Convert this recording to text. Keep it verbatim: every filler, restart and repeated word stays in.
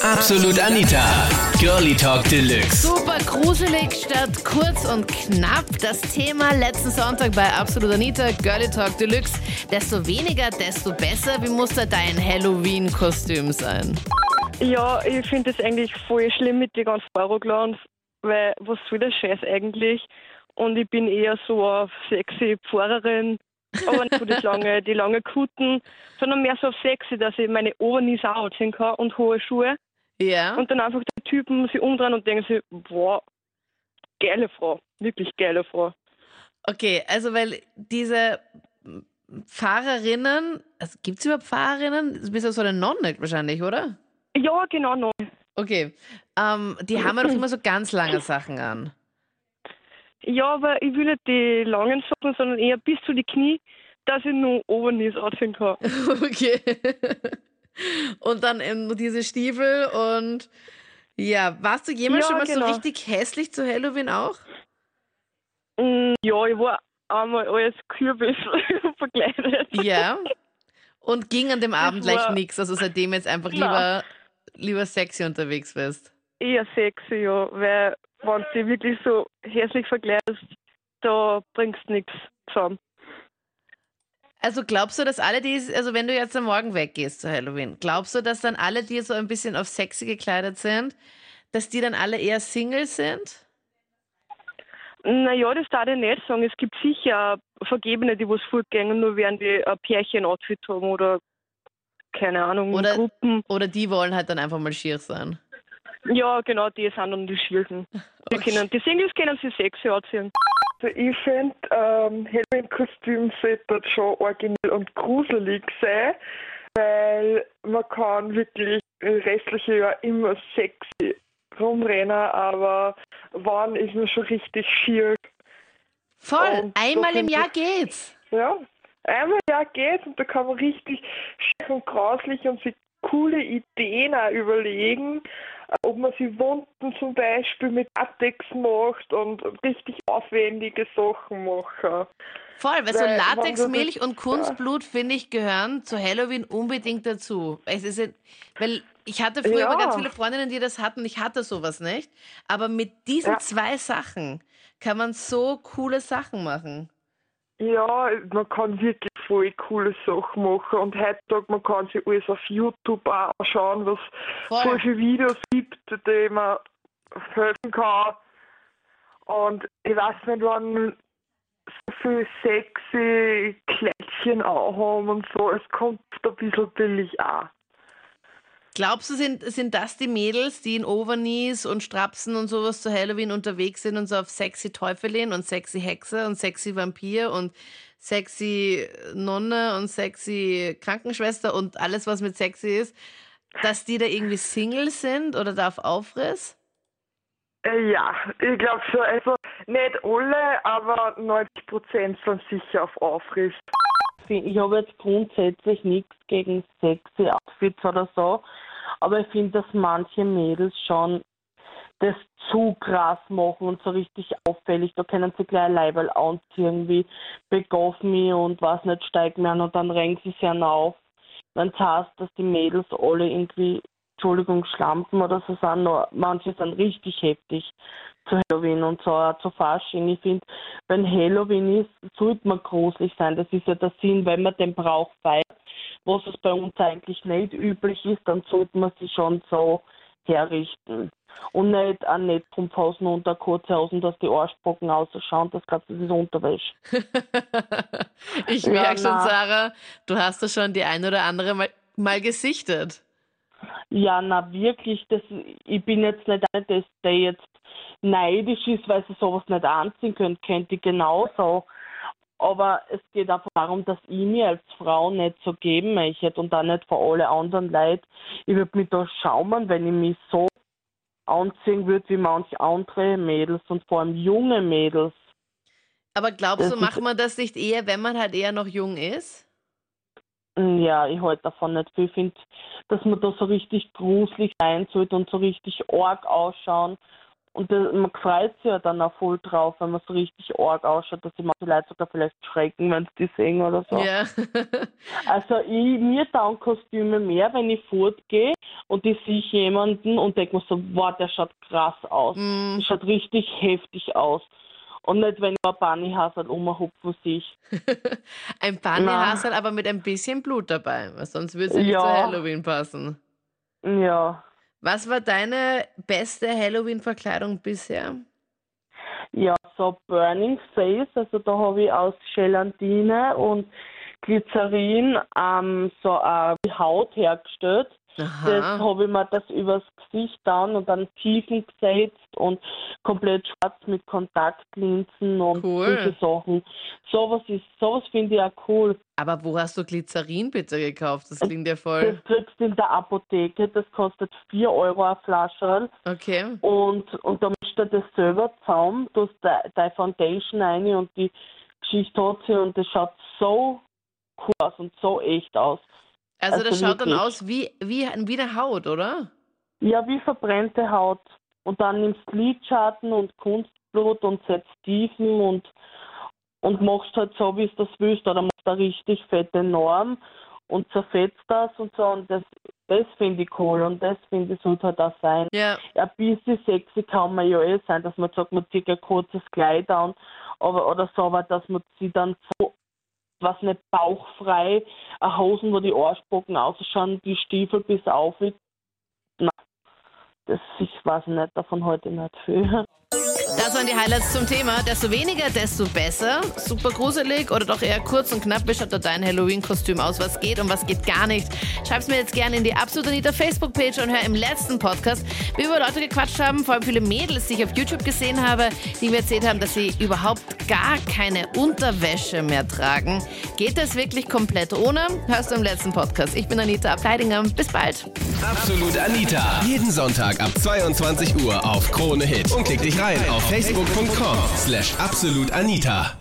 Absolut Anita, Girlie Talk Deluxe. Super gruselig statt kurz und knapp. Das Thema letzten Sonntag bei Absolut Anita, Girlie Talk Deluxe. Desto weniger, desto besser. Wie muss da dein Halloween-Kostüm sein? Ja, ich finde das eigentlich voll schlimm mit den ganzen Horrorclowns, weil was soll der Scheiß eigentlich? Und ich bin eher so auf sexy Pfarrerin, aber nicht so das lange, die lange Kuten, sondern mehr so auf sexy, dass ich meine Overknees auch anziehen kann und hohe Schuhe. Ja. Und dann einfach die Typen sich umdrehen und denken sich, boah, geile Frau, wirklich geile Frau. Okay, also weil diese Pfarrerinnen, also gibt es überhaupt Pfarrerinnen? Du bist ja so eine Nonne wahrscheinlich, oder? Ja, genau, noch. Okay, ähm, die haben ja doch immer so ganz lange Sachen an. Ja, aber ich will nicht die langen Socken, sondern eher bis zu die Knie, dass ich nur Overknees anziehen kann. Okay. Und dann eben nur diese Stiefel und ja, warst du jemals Ja, schon mal genau. so richtig hässlich zu Halloween auch? Mm, Ja, ich war einmal als Kürbis verkleidet. Ja. Und ging an dem Abend gleich war- nichts, also seitdem jetzt einfach Nein. lieber, lieber sexy unterwegs bist. Eher sexy, ja, weil wenn du dich wirklich so hässlich verkleidest, da bringst du nichts zusammen. Also glaubst du, dass alle die, also wenn du jetzt am Morgen weggehst zu Halloween, glaubst du, dass dann alle, die so ein bisschen auf sexy gekleidet sind, dass die dann alle eher Single sind? Naja, das darf ich nicht sagen. Es gibt sicher auch Vergebene, die was fortgehen, nur während die ein Pärchen-Outfit haben oder keine Ahnung, Oder- Gruppen. Oder die wollen halt dann einfach mal schier sein? Ja, genau, die sind dann die Schwierchen. Die, Okay. können, die Singles können sich sexy anziehen. Also ich finde, ähm, Halloween-Kostüm sollte schon originell und gruselig sein, weil man kann wirklich das restliche Jahr immer sexy rumrennen, aber wann ist man schon richtig schier. Voll, Und einmal so im find Jahr ich- geht's. Ja, einmal im Jahr geht's und da kann man richtig schick und grauslich und sich coole Ideen auch überlegen, ob man sich Wunden zum Beispiel mit Latex macht und richtig aufwendige Sachen machen. Voll, weil so Weil, wenn Latexmilch du das- und Kunstblut, finde ich, gehören zu Halloween unbedingt dazu. Es ist, ja- weil ich hatte früher Ja. aber ganz viele Freundinnen, die das hatten. Ich hatte sowas nicht. Aber mit diesen Ja. zwei Sachen kann man so coole Sachen machen. Ja, man kann wirklich voll coole Sachen machen und heutzutage man kann sich alles auf YouTube auch anschauen, was Voll. voll viele Videos gibt, die man helfen kann. Und ich weiß nicht, wenn so viel sexy Kleidchen auch haben und so, es kommt ein bisschen billig auch. Glaubst du, sind, sind das die Mädels, die in Overknees und Strapsen und sowas zu Halloween unterwegs sind und so auf sexy Teufelin und sexy Hexe und sexy Vampir und sexy Nonne und sexy Krankenschwester und alles, was mit sexy ist, dass die da irgendwie Single sind oder da auf Aufriss? Äh, Ja, ich glaube schon, also nicht alle, aber neunzig Prozent sind sicher auf Aufriss. Ich habe jetzt grundsätzlich nichts gegen sexy Outfits oder so, aber ich finde, dass manche Mädels schon das zu krass machen und so richtig auffällig. Da können sie gleich ein Leiberl anziehen, wie Begoff me und was nicht, steig mir an und dann renken sie sich an auf. Wenn es heißt, dass die Mädels alle irgendwie, Entschuldigung, Schlampen oder so sind, nur manche sind richtig heftig zu Halloween und so auch zu Fasching. Ich finde, wenn Halloween ist, sollte man gruselig sein. Das ist ja der Sinn, wenn man den Brauch feiert, was es bei uns eigentlich nicht üblich ist, dann sollte man sich schon so herrichten. Und nicht an nicht Pumphosen unter kurze Hosen, dass die Arschbacken ausschauen, das glaube ich, das ist Unterwäsche. Ich Ja, merke schon, na. Sarah, du hast das schon die ein oder andere mal, mal gesichtet. Ja, na wirklich, das, ich bin jetzt nicht eine, dass der jetzt neidisch ist, weil sie sowas nicht anziehen können, könnte ich genauso. Aber es geht einfach darum, dass ich mir als Frau nicht so geben möchte und auch nicht vor alle anderen Leute. Ich würde mich da schaumen, wenn ich mich so anziehen würde wie manche andere Mädels und vor allem junge Mädels. Aber glaubst Das du, ist- macht man das nicht eher, wenn man halt eher noch jung ist? Ja, ich halte davon nicht viel. Ich finde, dass man da so richtig gruselig sein sollte und so richtig arg ausschauen. Und das, man freut sich ja dann auch voll drauf, wenn man so richtig arg ausschaut, dass sich manche Leute sogar vielleicht schrecken, wenn sie die sehen oder so. Ja. Also ich, mir taugen Kostüme mehr, wenn ich fortgehe und ich sehe jemanden und denke mir so, wow, der schaut krass aus. Mm. Der schaut richtig heftig aus. Und nicht, wenn ich ein Bunny-Hasel rumhupfe für sich. Ein Bunny-Hasel, aber mit ein bisschen Blut dabei, weil sonst würde es ja nicht Ja. zu Halloween passen. Ja. Was war deine beste Halloween-Verkleidung bisher? Ja, so Burning Face, also da habe ich aus Gelatine und Glycerin ähm, so eine Haut hergestellt. Das Aha. habe ich mir das übers Gesicht dann und dann Tiefen gesetzt und komplett schwarz mit Kontaktlinsen und Cool. solche Sachen. Sowas ist, sowas finde ich auch cool. Aber wo hast du Glycerin bitte gekauft? Das klingt ja voll. Das kriegst du in der Apotheke, das kostet vier Euro eine Flasche. Okay. Und, und da mischt du das selber zusammen, du hast de- deine Foundation rein und die Geschichte hat sie und das schaut so cool aus und so echt aus. Also das Also schaut dann wirklich. aus wie, wie, wie eine Haut, oder? Ja, wie verbrannte Haut. Und dann nimmst du Lidschatten und Kunstblut und setzt Tiefen und, und machst halt so, wie du das willst. Oder machst eine richtig fette Norm und zerfetzt das und so. Und das, das finde ich cool und das finde ich sollte halt auch sein. Ja. Ein bisschen sexy kann man ja eh sein, dass man sagt, man zieht ein kurzes Kleid an aber, oder so, aber dass man sie dann so, was nicht bauchfrei, eine Hosen, wo die Arschbacken ausschauen, die Stiefel bis auf. Nein, das ich weiß nicht, davon heute nicht viel. Das waren die Highlights zum Thema. Desto weniger, desto besser. Super gruselig oder doch eher kurz und knapp. Wie schaut da dein Halloween-Kostüm aus? Was geht und was geht gar nicht? Schreib's mir jetzt gerne in die Absolut Anita Facebook-Page und hör im letzten Podcast, wie wir über Leute gequatscht haben, vor allem viele Mädels, die ich auf YouTube gesehen habe, die mir erzählt haben, dass sie überhaupt gar keine Unterwäsche mehr tragen. Geht das wirklich komplett ohne? Hörst du im letzten Podcast. Ich bin Anita Ableidinger. Bis bald. Absolut Anita. Jeden Sonntag ab zweiundzwanzig Uhr auf Krone Hit. Und klick dich rein auf facebook punkt com slash absolutanita.